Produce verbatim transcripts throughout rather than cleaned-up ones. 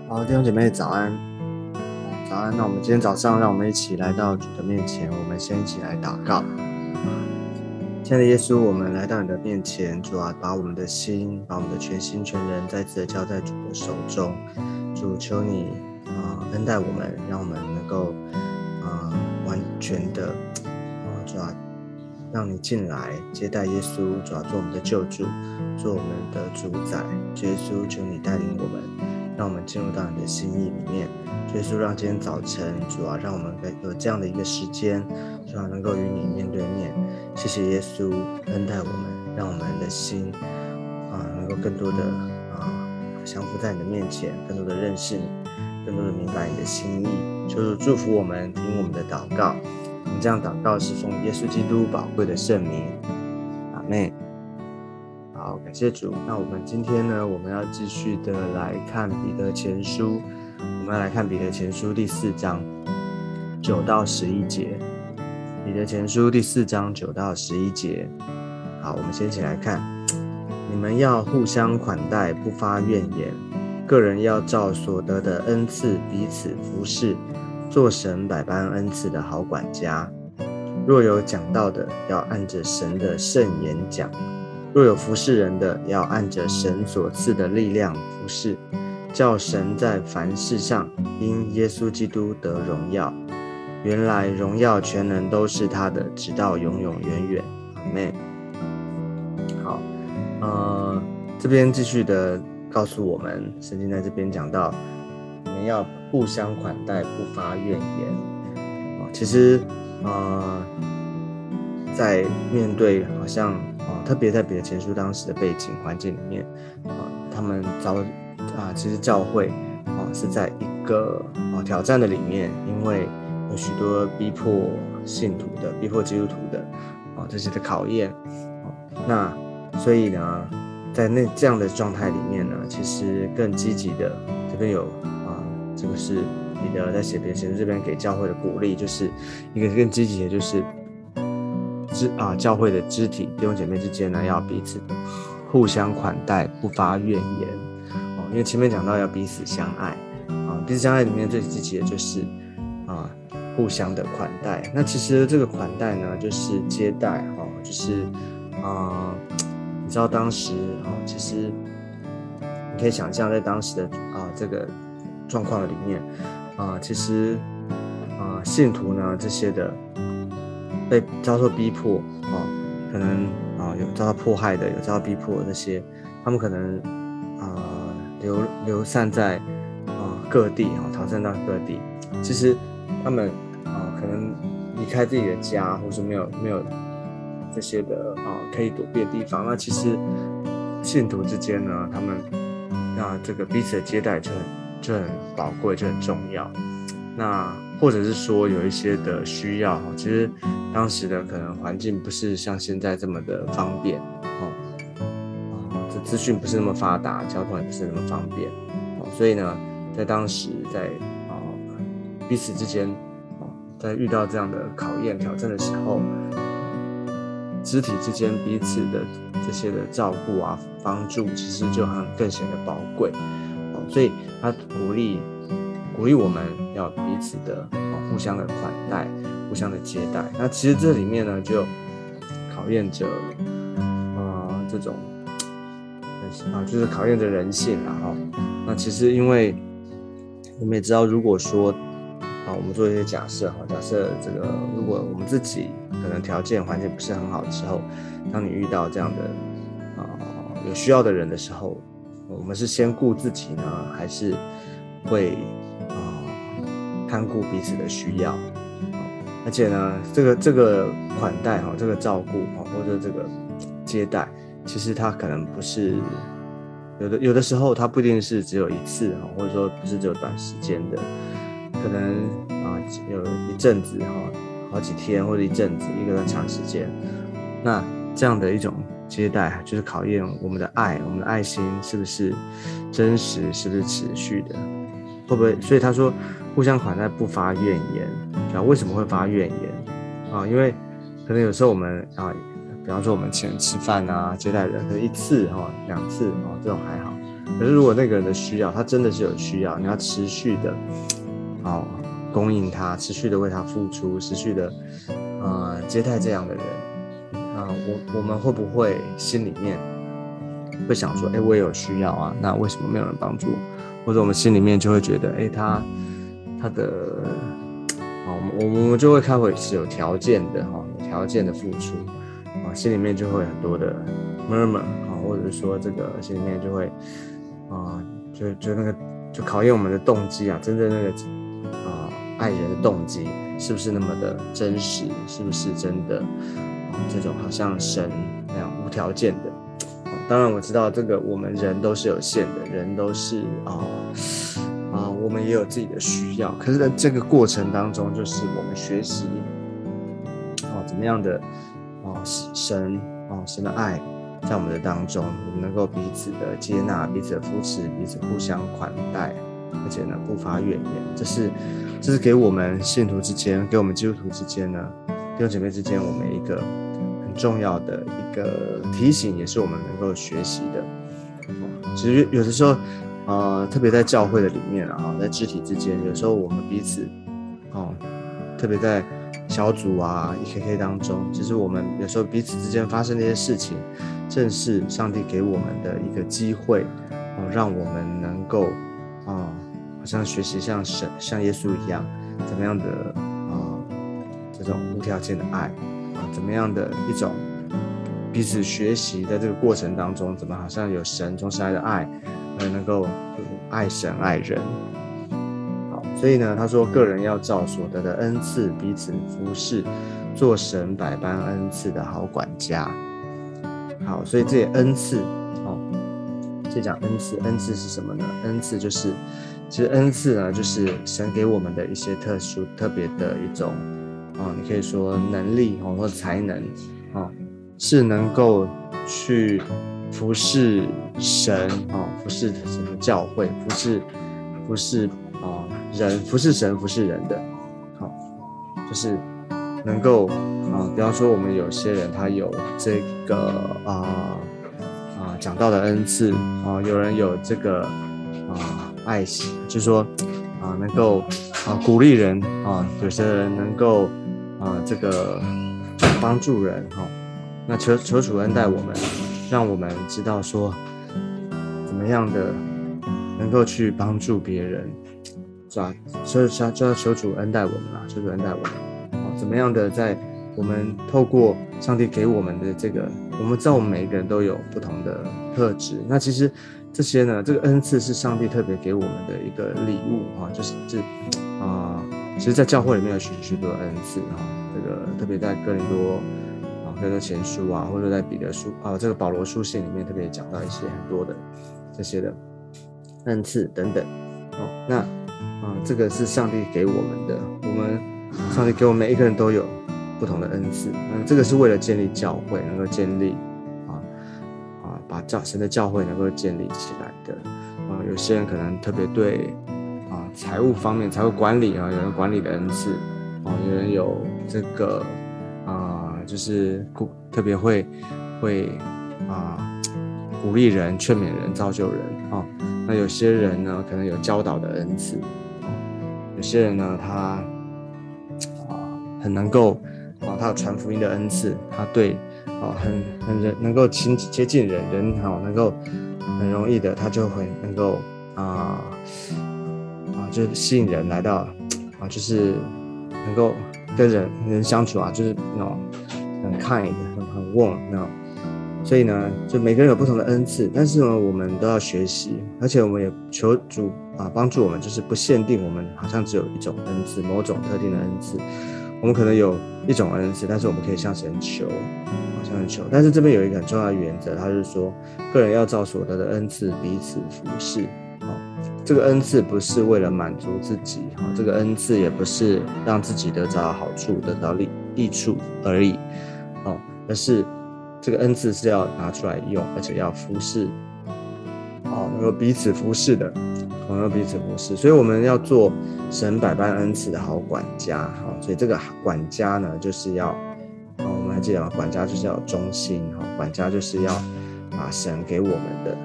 好，弟兄姐妹早安，早安。那我们今天早上，让我们一起来到主的面前，我们先一起来祷告。亲爱的耶稣，我们来到你的面前，主啊，把我们的心，把我们的全心全人再次的交在主的手中。主，求你啊、呃、恩待我们，让我们能够啊、呃、完全的啊、呃、主啊，让你进来接待耶稣，主啊，做我们的救主，做我们的主宰。主耶稣，求你带领我们，让我们进入到你的心意里面。主耶稣，让今天早晨，主啊，让我们有这样的一个时间，主啊，能够与你面对面。谢谢耶稣恩待我们，让我们的心啊能够更多的啊降服在你的面前，更多的认识你，更多的明白你的心意。求主祝福我们，听我们的祷告。我们这样祷告是奉耶稣基督宝贵的圣名，阿们。好，感谢主。那我们今天呢，我们要继续的来看彼得前书，我们要来看彼得前书第四章九到十一节。彼得前书第四章九到十一节。好，我们先一起来看。你们要互相款待，不发怨言，个人要照所得的恩赐彼此服侍，做神百般恩赐的好管家。若有讲道的，要按着神的圣言讲；若有服侍人的，要按着神所赐的力量服侍，叫神在凡事上因耶稣基督得荣耀。原来荣耀全能都是他的，直到永永远远。阿们。好，呃，这边继续的告诉我们，圣经在这边讲到，我们要互相款待，不发怨言。哦、其实，呃，在面对好像，哦、特别在彼得前书当时的背景环境里面，呃、他们遭啊，其实教会啊是在一个啊挑战的里面，因为有许多逼迫信徒的、逼迫基督徒的啊这些的考验，啊，那所以呢，在那这样的状态里面呢，其实更积极的，这边有啊，这个是彼得在写彼得前书这边给教会的鼓励，就是一个更积极的，就是肢啊教会的肢体弟兄姐妹之间呢，要彼此互相款待，不发怨言。哦，因为前面讲到要彼此相爱啊，彼此相爱里面最积极的就是啊。互相的款待，那其实这个款待呢，就是接待哈、哦，就是啊、呃，你知道当时啊、哦，其实你可以想象在当时的啊、呃、这个状况的里面啊、呃，其实啊、呃、信徒呢这些的被遭受逼迫啊、哦，可能啊、呃、有遭到迫害的，有遭到逼迫的这些，他们可能啊、呃、流流散在啊、呃、各地啊、哦，逃散到各地，其实他们。啊，可能离开自己的家，或是没有没有这些的啊可以躲避的地方。那其实信徒之间呢，他们那这个彼此的接待就很就很宝贵，就很重要。那或者是说有一些的需要，其实当时的可能环境不是像现在这么的方便哦，啊，这资讯不是那么发达，交通也不是那么方便哦，所以呢，在当时在啊彼此之间。在遇到这样的考验挑战的时候，肢体之间彼此的这些的照顾啊、帮助，其实就很更显得宝贵。哦，所以他鼓励鼓励我们要彼此的、哦、互相的款待、互相的接待。那其实这里面呢，就考验着啊、呃、这种啊，就是考验着人性啦。哈、哦，那其实因为我们也知道，如果说啊，我们做一些假设哈，假设这个，如果我们自己可能条件环境不是很好的时候，当你遇到这样的啊、呃、有需要的人的时候，我们是先顾自己呢，还是会啊、呃、看顾彼此的需要？而且呢，这个这个款待哈，这个照顾哈，或者这个接待，其实它可能不是有的有的时候它不一定是只有一次哈，或者说不是只有短时间的。可能啊有一阵子哈，好几天或者一阵子，一个长时间，那这样的一种接待，就是考验我们的爱，我们的爱心是不是真实，是不是持续的，会不会？所以他说，互相款待，不发怨言。啊，为什么会发怨言啊？因为可能有时候我们啊，比方说我们请人吃饭啊，接待人，可能一次哈、两次哦，这种还好。 可是如果那个人的需要，他真的是有需要，你要持续的，哦，供应他，持续的为他付出，持续的，呃，接待这样的人，啊、呃，我我们会不会心里面会想说，哎，我也有需要啊，那为什么没有人帮助我？或者我们心里面就会觉得，哎，他他的，啊，我们我们就会开始有条件的哈，有条件的付出，啊，心里面就会很多的 murmur 啊，或者是说这个心里面就会。啊、呃，就就那个就考验我们的动机啊，真正那个啊、呃、爱人的动机是不是那么的真实，是不是真的啊、呃、这种好像神那样无条件的、啊。当然我知道这个我们人都是有限的，人都是啊啊、呃呃、我们也有自己的需要，可是在这个过程当中，就是我们学习啊、呃、怎么样的啊、呃、神啊、呃、神的爱。在我们的当中，我们能够彼此的接纳、彼此的扶持、彼此互相款待，而且呢不发怨言。这是这是给我们信徒之间、给我们基督徒之间呢弟兄姐妹之间，我们一个很重要的一个提醒，也是我们能够学习的。其实有的时候，呃，特别在教会的里面啊，在肢体之间，有时候我们彼此哦，特别在小组啊、E K K 当中，其实我们有时候彼此之间发生的一些事情。正是上帝给我们的一个机会，哦，让我们能够啊、哦，好像学习像神、像耶稣一样，怎么样的啊、哦，这种无条件的爱啊，怎么样的一种彼此学习的这个过程当中，怎么好像有神从神来的爱，而能够爱神爱人。好，所以呢，他说个人要照所得的恩赐彼此服侍，做神百般恩赐的好管家。好，所以这些恩赐，哦，这讲恩赐，恩赐是什么呢？恩赐就是，其实恩赐呢，就是神给我们的一些特殊、特别的一种，哦，你可以说能力哦，或才能，哦，是能够去服侍神，哦，服侍神的教会，服侍服侍哦人，服侍神，服侍人的，好、哦，就是能够。啊，比方说我们有些人他有这个啊啊讲道的恩赐啊，有人有这个啊爱心，就是说啊能够啊鼓励人啊，有些人能够啊这个帮助人哈、啊。那求求主恩待我们，让我们知道说怎么样的能够去帮助别人，是吧？所以就要求主恩待我们啦，求主恩待我们，啊，怎么样的在我们透过上帝给我们的这个，我们知道我们每一个人都有不同的特质。那其实这些呢，这个恩赐是上帝特别给我们的一个礼物哈，就是是啊、呃，其实，在教会里面有许许多恩赐哈，这个特别在哥林多啊、哥林多前书啊，或者在彼得书啊，这个保罗书信里面特别讲到一些很多的这些的恩赐等等。哦，那啊、呃，这个是上帝给我们的，我们上帝给我们每一个人都有不同的恩赐，嗯，这个是为了建立教会，能够建立啊啊，把教神的教会能够建立起来的。啊，有些人可能特别对啊财务方面、财务管理啊，有人管理的恩赐，啊，有人有这个啊，就是特别会会啊鼓励人、劝勉人、造就人啊。那有些人呢，可能有教导的恩赐，啊，有些人呢，他啊很能够。啊，他有传福音的恩赐，他对啊很很人能够亲接近人，人好能够很容易的，他就会能够啊啊就是吸引人来到啊，就是能够跟人人相处啊，就是那种很 kind 很很 warm 那种。所以呢，就每个人有不同的恩赐，但是呢，我们都要学习，而且我们也求主啊帮助我们，就是不限定我们好像只有一种恩赐，某种特定的恩赐。我们可能有一种恩赐，但是我们可以向神求，向神求。但是这边有一个很重要的原则，他就是说，个人要照所得的恩赐彼此服侍。哦，这个恩赐不是为了满足自己，哦，这个恩赐也不是让自己得着好处、得到利益处而已，哦，而是这个恩赐是要拿出来用，而且要服侍，哦，能够彼此服侍的。能够彼此服侍，所以我们要做神百般恩赐的好管家。所以这个管家呢，就是要，我们还记得吗？管家就是要有忠心，管家就是要把神给我们的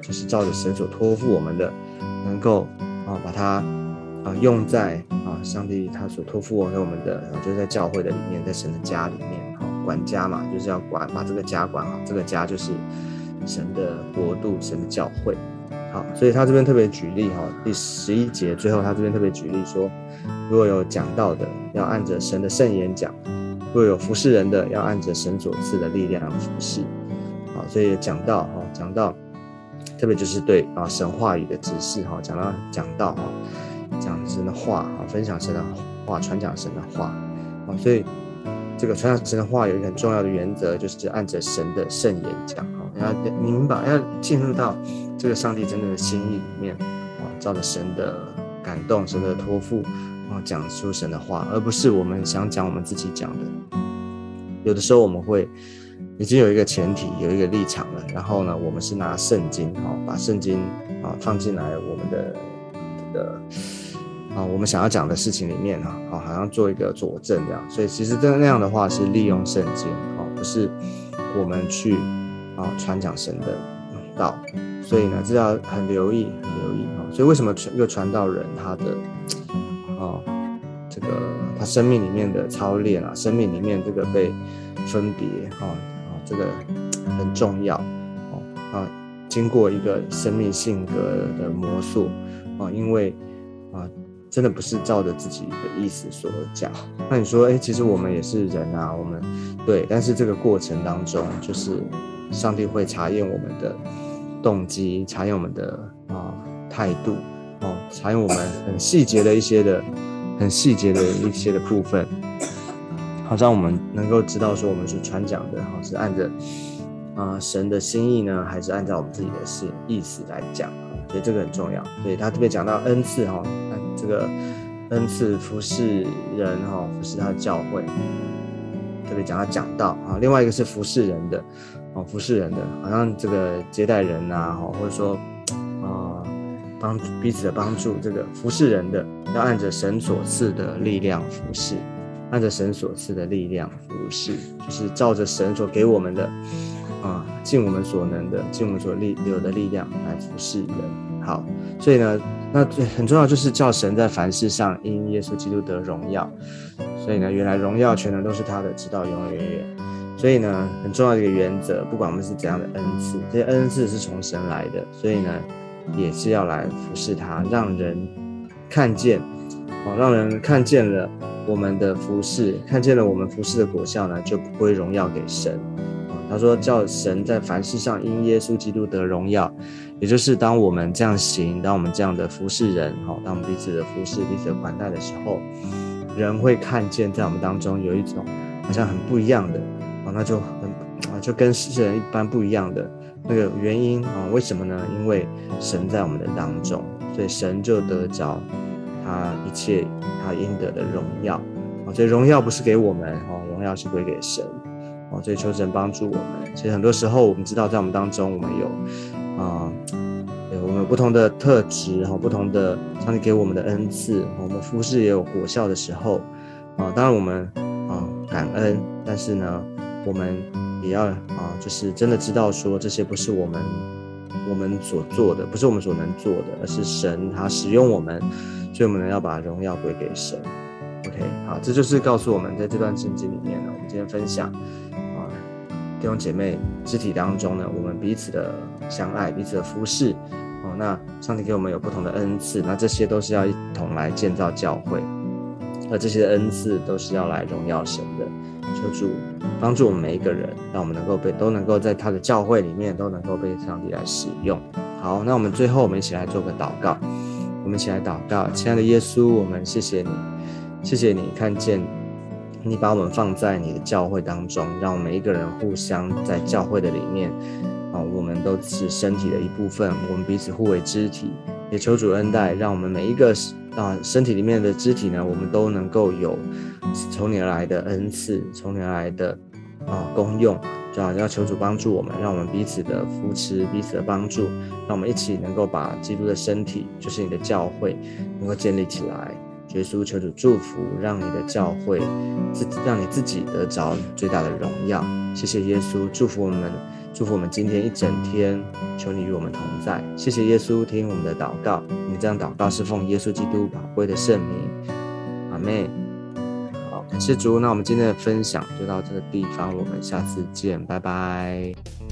就是照着神所托付我们的，能够啊把它啊用在啊上帝他所托付给我们的，就在教会的里面，在神的家里面，好管家嘛，就是要管把这个家管好，这个家就是神的国度，神的教会。好，所以他这边特别举例哈，第十一节最后他这边特别举例说，如果有讲道的，要按着神的圣言讲；如果有服侍人的，要按着神所赐的力量服侍。好，所以讲道哈，讲道特别就是对啊神话语的指示哈，讲到讲道哈，讲神的话哈，分享神的话，传讲神的话。好，所以这个传讲神的话有一个很重要的原则，就是按着神的圣言讲哈，要明白，要进入到这个上帝真正的心意里面啊，照着神的感动、神的托付啊，讲出神的话，而不是我们想讲我们自己讲的。有的时候我们会已经有一个前提，有一个立场了，然后呢，我们是拿圣经啊，把圣经啊放进来我们的这个啊我们想要讲的事情里面啊，好像做一个佐证这样。所以其实那样的话是利用圣经啊，不是我们去啊传讲神的道。所以呢，这要很留意，很留意啊。所以为什么一个传道人他的啊这个他生命里面的操练啊，生命里面这个被分别啊啊这个很重要啊，经过一个生命性格的磨塑啊，因为啊真的不是照着自己的意思所讲。那你说，哎，其实我们也是人啊，我们对，但是这个过程当中，就是上帝会查验我们的动机，查验我们的啊态度，哦，查验我们很细节的一些的、很细节的一些的部分，好让我们能够知道说我们是传讲的，好是按着啊、呃、神的心意呢，还是按照我们自己的意思来讲，所以这个很重要。所以他特别讲到恩赐哈，这个恩赐服侍人哈，服侍他的教会，特别讲到讲道啊。另外一个是服侍人的。哦，服侍人的，好像这个接待人啊，或者说，啊、呃，帮彼此的帮助，这个服侍人的，要按着神所赐的力量服侍，按着神所赐的力量服侍，就是照着神所给我们的，啊、呃，尽我们所能的，尽我们所力有的力量来服侍人。好，所以呢，那很重要就是叫神在凡事上因耶稣基督得荣耀。所以呢，原来荣耀全能都是他的，直到永永远远。所以呢，很重要的一个原则，不管我们是怎样的恩赐，这些恩赐是从神来的，所以呢，也是要来服侍他，让人看见，哦，让人看见了我们的服侍，看见了我们服侍的果效呢，就归荣耀给神。哦，他说，叫神在凡事上因耶稣基督得荣耀，也就是当我们这样行，当我们这样的服侍人，哦，当我们彼此的服侍、彼此的款待的时候，人会看见在我们当中有一种好像很不一样的。那就很就跟世人一般不一样的那个原因啊？为什么呢？因为神在我们的当中，所以神就得着他一切他应得的荣耀啊！所以荣耀不是给我们哦，荣耀是归给神哦。所以求神帮助我们。其实很多时候我们知道，在我们当中，我们有啊，有我们有不同的特质哈，不同的上帝给我们的恩赐，我们服事也有果效的时候啊。当然我们啊感恩，但是呢。我们也要啊，就是真的知道说这些不是我们我们所做的，不是我们所能做的，而是神他使用我们，所以我们要把荣耀归给神。OK， 好，这就是告诉我们在这段圣经里面呢，我们今天分享啊，弟兄姐妹肢体当中呢，我们彼此的相爱，彼此的服侍哦。那上帝给我们有不同的恩赐，那这些都是要一同来建造教会，而这些恩赐都是要来荣耀神的。求主帮助我们每一个人，让我们能够被都能够在他的教会里面都能够被上帝来使用。好，那我们最后我们一起来做个祷告，我们一起来祷告。亲爱的耶稣，我们谢谢你，谢谢你看见你把我们放在你的教会当中，让我们每一个人互相在教会的里面啊，我们都是身体的一部分，我们彼此互为肢体。也求主恩待，让我们每一个啊身体里面的肢体呢，我们都能够有从你而来的恩赐，从你而来的啊功用，就要求主帮助我们，让我们彼此的扶持，彼此的帮助，让我们一起能够把基督的身体，就是你的教会，能够建立起来。耶稣，求主祝福，让你的教会自让你自己得着最大的荣耀。谢谢耶稣，祝福我们祝福我们今天一整天，求你与我们同在。谢谢耶稣，听我们的祷告。我们这样祷告是奉耶稣基督宝贵的圣名，阿们。好，感谢主。那我们今天的分享就到这个地方，我们下次见，拜拜。